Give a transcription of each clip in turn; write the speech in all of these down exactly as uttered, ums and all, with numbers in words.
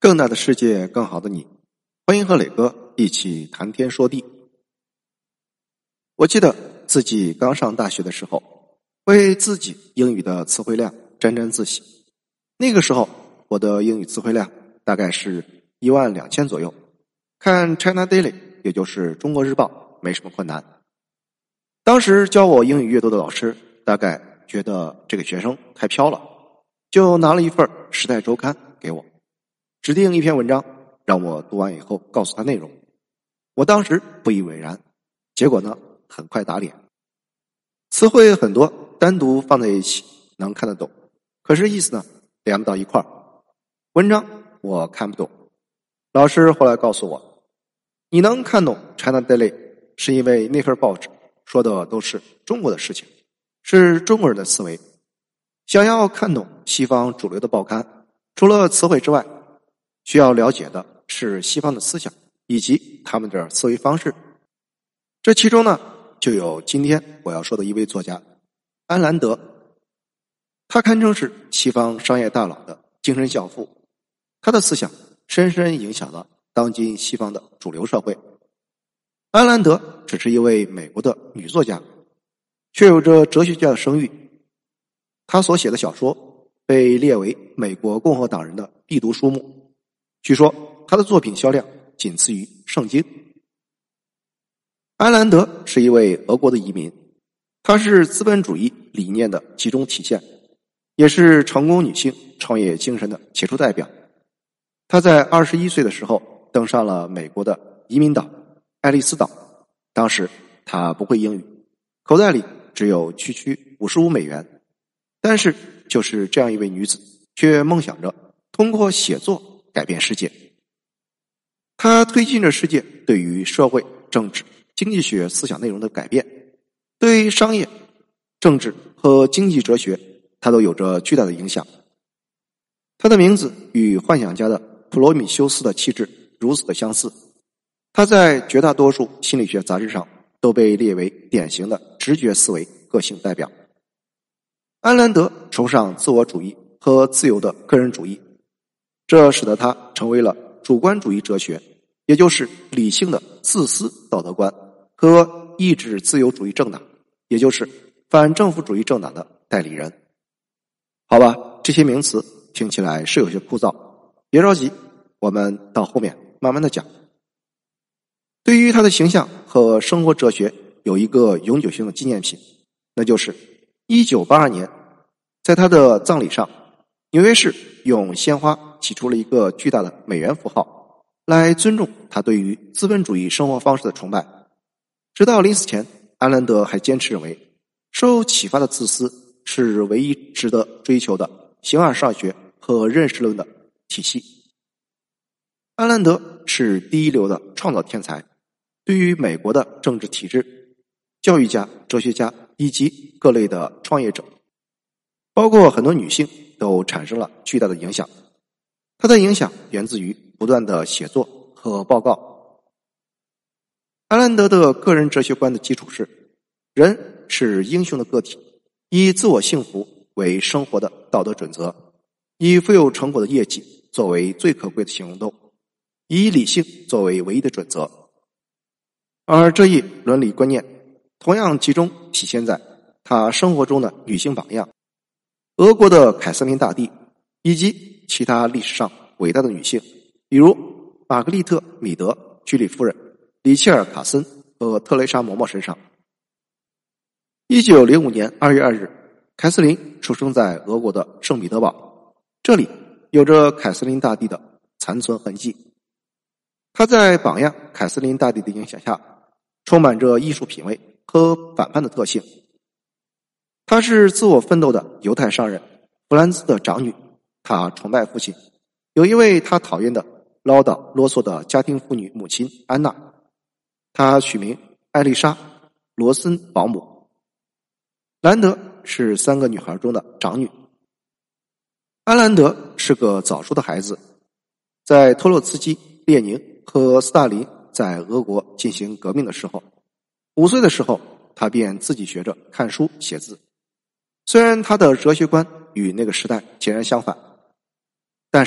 更大的世界，更好的你。欢迎和磊哥一起谈天说地。我记得自己刚上大学的时候，为自己英语的词汇量沾沾自喜。那个时候我的英语词汇量大概是一万两千左右，看 China Daily 也就是中国日报没什么困难。当时教我英语阅读的老师大概觉得这个学生太飘了，就拿了一份时代周刊给我，指定一篇文章让我读完以后告诉他内容。我当时不以为然，结果呢很快打脸。词汇很多，单独放在一起能看得懂，可是意思呢连不到一块儿。文章我看不懂。老师后来告诉我，你能看懂 China Daily 是因为那份报纸说的都是中国的事情，是中国人的思维。想要看懂西方主流的报刊，除了词汇之外，需要了解的是西方的思想以及他们的思维方式。这其中呢就有今天我要说的一位作家安兰德，他堪称是西方商业大佬的精神教父，他的思想深深影响了当今西方的主流社会。安兰德只是一位美国的女作家，却有着哲学家的声誉。他所写的小说被列为美国共和党人的必读书目，据说他的作品销量仅次于圣经。安兰德是一位俄国的移民，他是资本主义理念的集中体现，也是成功女性创业精神的杰出代表。他在二十一岁的时候登上了美国的移民岛爱丽丝岛，当时他不会英语，口袋里只有区区五十五美元，但是就是这样一位女子，却梦想着通过写作改变世界。她推进着世界对于社会、政治、经济学思想内容的改变，对商业、政治和经济哲学，她都有着巨大的影响。她的名字与幻想家的普罗米修斯的气质如此的相似，她在绝大多数心理学杂志上都被列为典型的直觉思维个性代表。安兰德崇尚自我主义和自由的个人主义，这使得他成为了主观主义哲学，也就是理性的自私道德观和意志自由主义政党，也就是反政府主义政党的代理人。好吧，这些名词听起来是有些枯燥，别着急，我们到后面慢慢的讲。对于他的形象和生活哲学有一个永久性的纪念品，那就是一九八二年在他的葬礼上，纽约市用鲜花起出了一个巨大的美元符号，来尊重他对于资本主义生活方式的崇拜。直到临死前，安兰德还坚持认为受启发的自私是唯一值得追求的形而上学和认识论的体系。安兰德是第一流的创造天才，对于美国的政治体制、教育家、哲学家以及各类的创业者，包括很多女性，都产生了巨大的影响。他的影响源自于不断的写作和报告。安兰德的个人哲学观的基础是，人是英雄的个体，以自我幸福为生活的道德准则，以富有成果的业绩作为最可贵的行动，以理性作为唯一的准则。而这一伦理观念同样集中体现在他生活中的女性榜样，俄国的凯瑟琳大帝以及其他历史上伟大的女性，比如玛格丽特·米德、居里夫人、里切尔·卡森和特蕾莎·嬷嬷身上。一九零五年二月二日，凯瑟琳出生在俄国的圣彼得堡，这里有着凯瑟琳大帝的残存痕迹。她在榜样凯瑟琳大帝的影响下，充满着艺术品味和反叛的特性。她是自我奋斗的犹太商人弗兰兹的长女，她崇拜父亲，有一位她讨厌的唠叨啰嗦的家庭妇女母亲安娜，她取名艾丽莎·罗森保姆。兰德是三个女孩中的长女。安兰德是个早熟的孩子，在托洛茨基、列宁和斯大林在俄国进行革命的时候，五岁的时候他便自己学着看书写字。虽然他的哲学观与那个时代截然相反，但是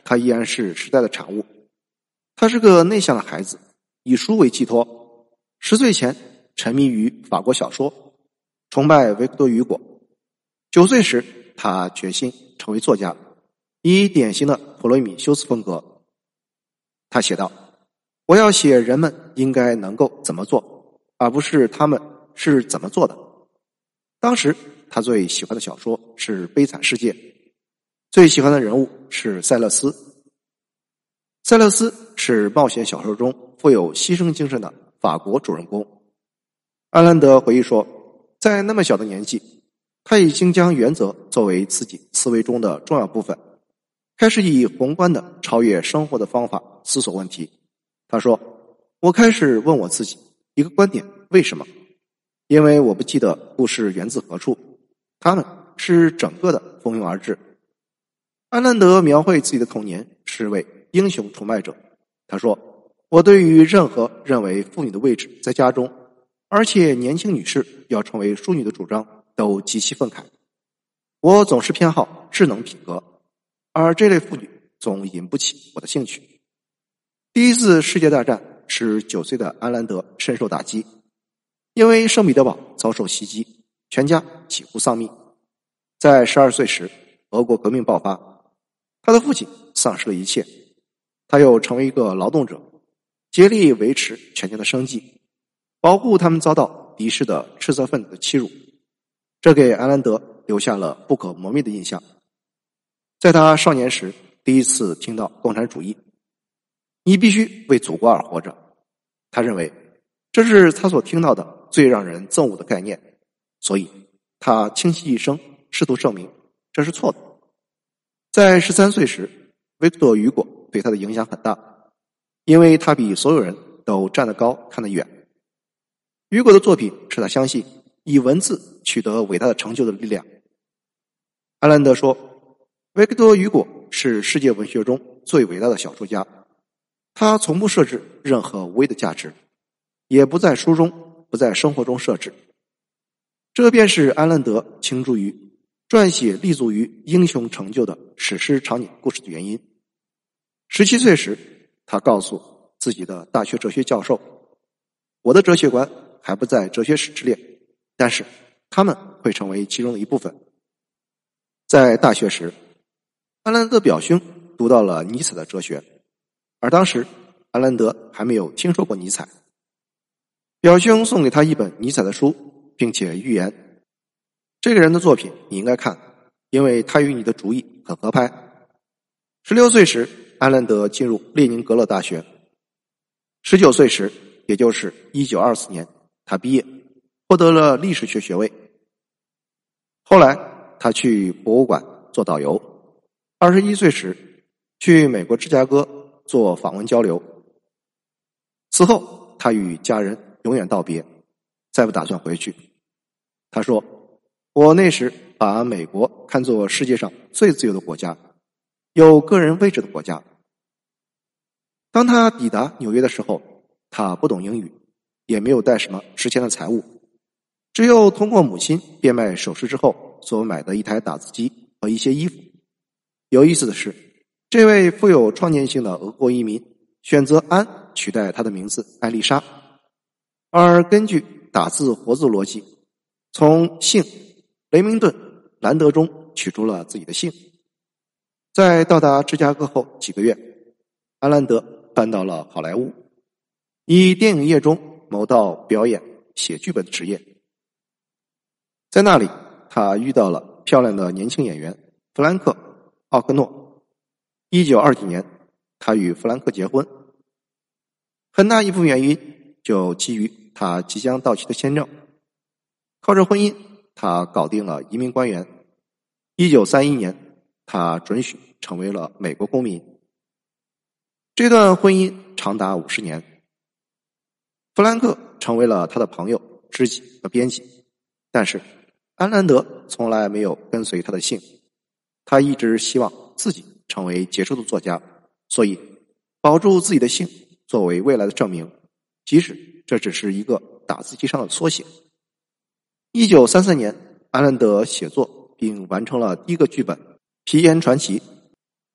他依然是时代的产物。他是个内向的孩子，以书为寄托。十岁前沉迷于法国小说，崇拜维克多·雨果。九岁时，他决心成为作家，以典型的普罗米修斯风格。他写道：我要写人们应该能够怎么做，而不是他们是怎么做的。当时他最喜欢的小说是《悲惨世界》，最喜欢的人物是塞勒斯。塞勒斯是冒险小说中富有牺牲精神的法国主人公。安兰德回忆说，在那么小的年纪，他已经将原则作为自己思维中的重要部分，开始以宏观的超越生活的方法思索问题。他说，我开始问我自己一个观点，为什么？因为我不记得故事源自何处，他们是整个的蜂拥而至。安兰德描绘自己的童年是位英雄崇拜者。他说，我对于任何认为妇女的位置在家中，而且年轻女士要成为淑女的主张都极其愤慨。我总是偏好智能品格，而这类妇女总引不起我的兴趣。第一次世界大战使九岁的安兰德深受打击，因为圣彼得堡遭受袭击，全家几乎丧命。在十二岁时，俄国革命爆发，他的父亲丧失了一切，他又成为一个劳动者，竭力维持全家的生计，保护他们遭到敌视的赤色分子的欺辱。这给安兰德留下了不可磨灭的印象。在他少年时第一次听到共产主义，你必须为祖国而活着，他认为这是他所听到的最让人憎恶的概念，所以他倾其一生试图证明这是错的。在十三岁时，维克多·雨果对他的影响很大，因为他比所有人都站得高看得远。雨果的作品使他相信以文字取得伟大的成就的力量。安兰德说，维克多·雨果是世界文学中最伟大的小说家，他从不设置任何无谓的价值，也不在书中不在生活中设置。这便是安兰德倾注于撰写立足于英雄成就的史诗场景故事的原因。十七岁时，他告诉自己的大学哲学教授，我的哲学观还不在哲学史之列，但是他们会成为其中的一部分。在大学时，安兰德表兄读到了尼采的哲学，而当时安兰德还没有听说过尼采。表兄送给他一本尼采的书，并且预言，这个人的作品你应该看，因为他与你的主意很合拍。十六岁时，安兰德进入列宁格勒大学。十九岁时，也就是一九二四年，他毕业，获得了历史学学位。后来他去博物馆做导游。二十一岁时，去美国芝加哥做访问交流。此后他与家人永远道别，再不打算回去。他说，我那时把美国看作世界上最自由的国家，有个人位置的国家。当他抵达纽约的时候，他不懂英语，也没有带什么值钱的财物，只有通过母亲变卖首饰之后所买的一台打字机和一些衣服。有意思的是，这位富有创建性的俄国移民选择安取代他的名字艾丽莎，而根据打字活字逻辑，从姓雷明顿·兰德中取出了自己的姓。在到达芝加哥后几个月，安兰德搬到了好莱坞，以电影业中谋到表演、写剧本的职业。在那里，他遇到了漂亮的年轻演员弗兰克·奥克诺。一九二几年，他与弗兰克结婚。很大一部分原因就基于他即将到期的签证。靠着婚姻，他搞定了移民官员。一九三一年，他准许成为了美国公民。这段婚姻长达五十年。弗兰克成为了他的朋友、知己和编辑，但是安兰德从来没有跟随他的姓，他一直希望自己成为杰出的作家，所以保住自己的姓作为未来的证明，即使这只是一个打字机上的缩写。一九三三年，安兰德写作并完成了第一个剧本《皮炎传奇》。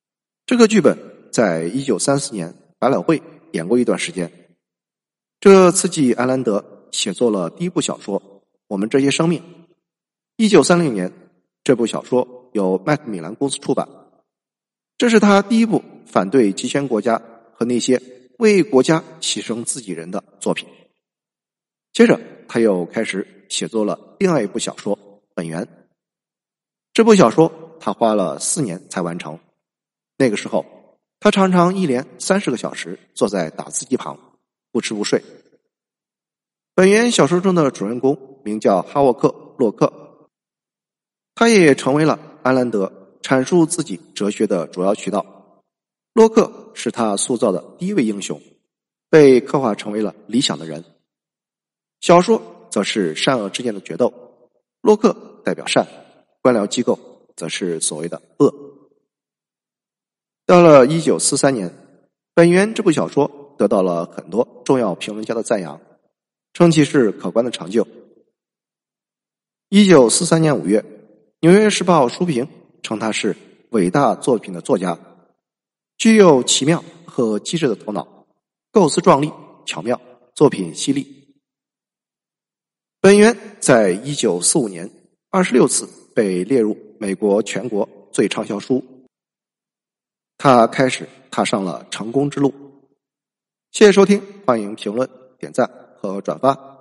这个剧本在一九三四年百老汇演过一段时间，这刺激安兰德写作了第一部小说《我们这些生命》。一九三零年，这部小说由麦克米兰公司出版，这是他第一部反对极权国家和那些为国家牺牲自己人的作品。接着他又开始写作了另外一部小说《本源》。这部小说他花了四年才完成，那个时候他常常一连三十个小时坐在打字机旁，不吃不睡。本源小说中的主人公名叫哈沃克·洛克，他也成为了安兰德阐述自己哲学的主要渠道。洛克是他塑造的第一位英雄，被刻画成为了理想的人。小说则是善恶之间的决斗，洛克代表善，官僚机构则是所谓的恶。到了一九四三年，本源这部小说得到了很多重要评论家的赞扬，称其是可观的成就。一九四三年五月，纽约时报书评称他是伟大作品的作家，具有奇妙和机智的头脑，构思壮丽巧妙，作品犀利。本源在一九四五年二十六次被列入美国全国最畅销书，他开始踏上了成功之路。谢谢收听，欢迎评论、点赞和转发。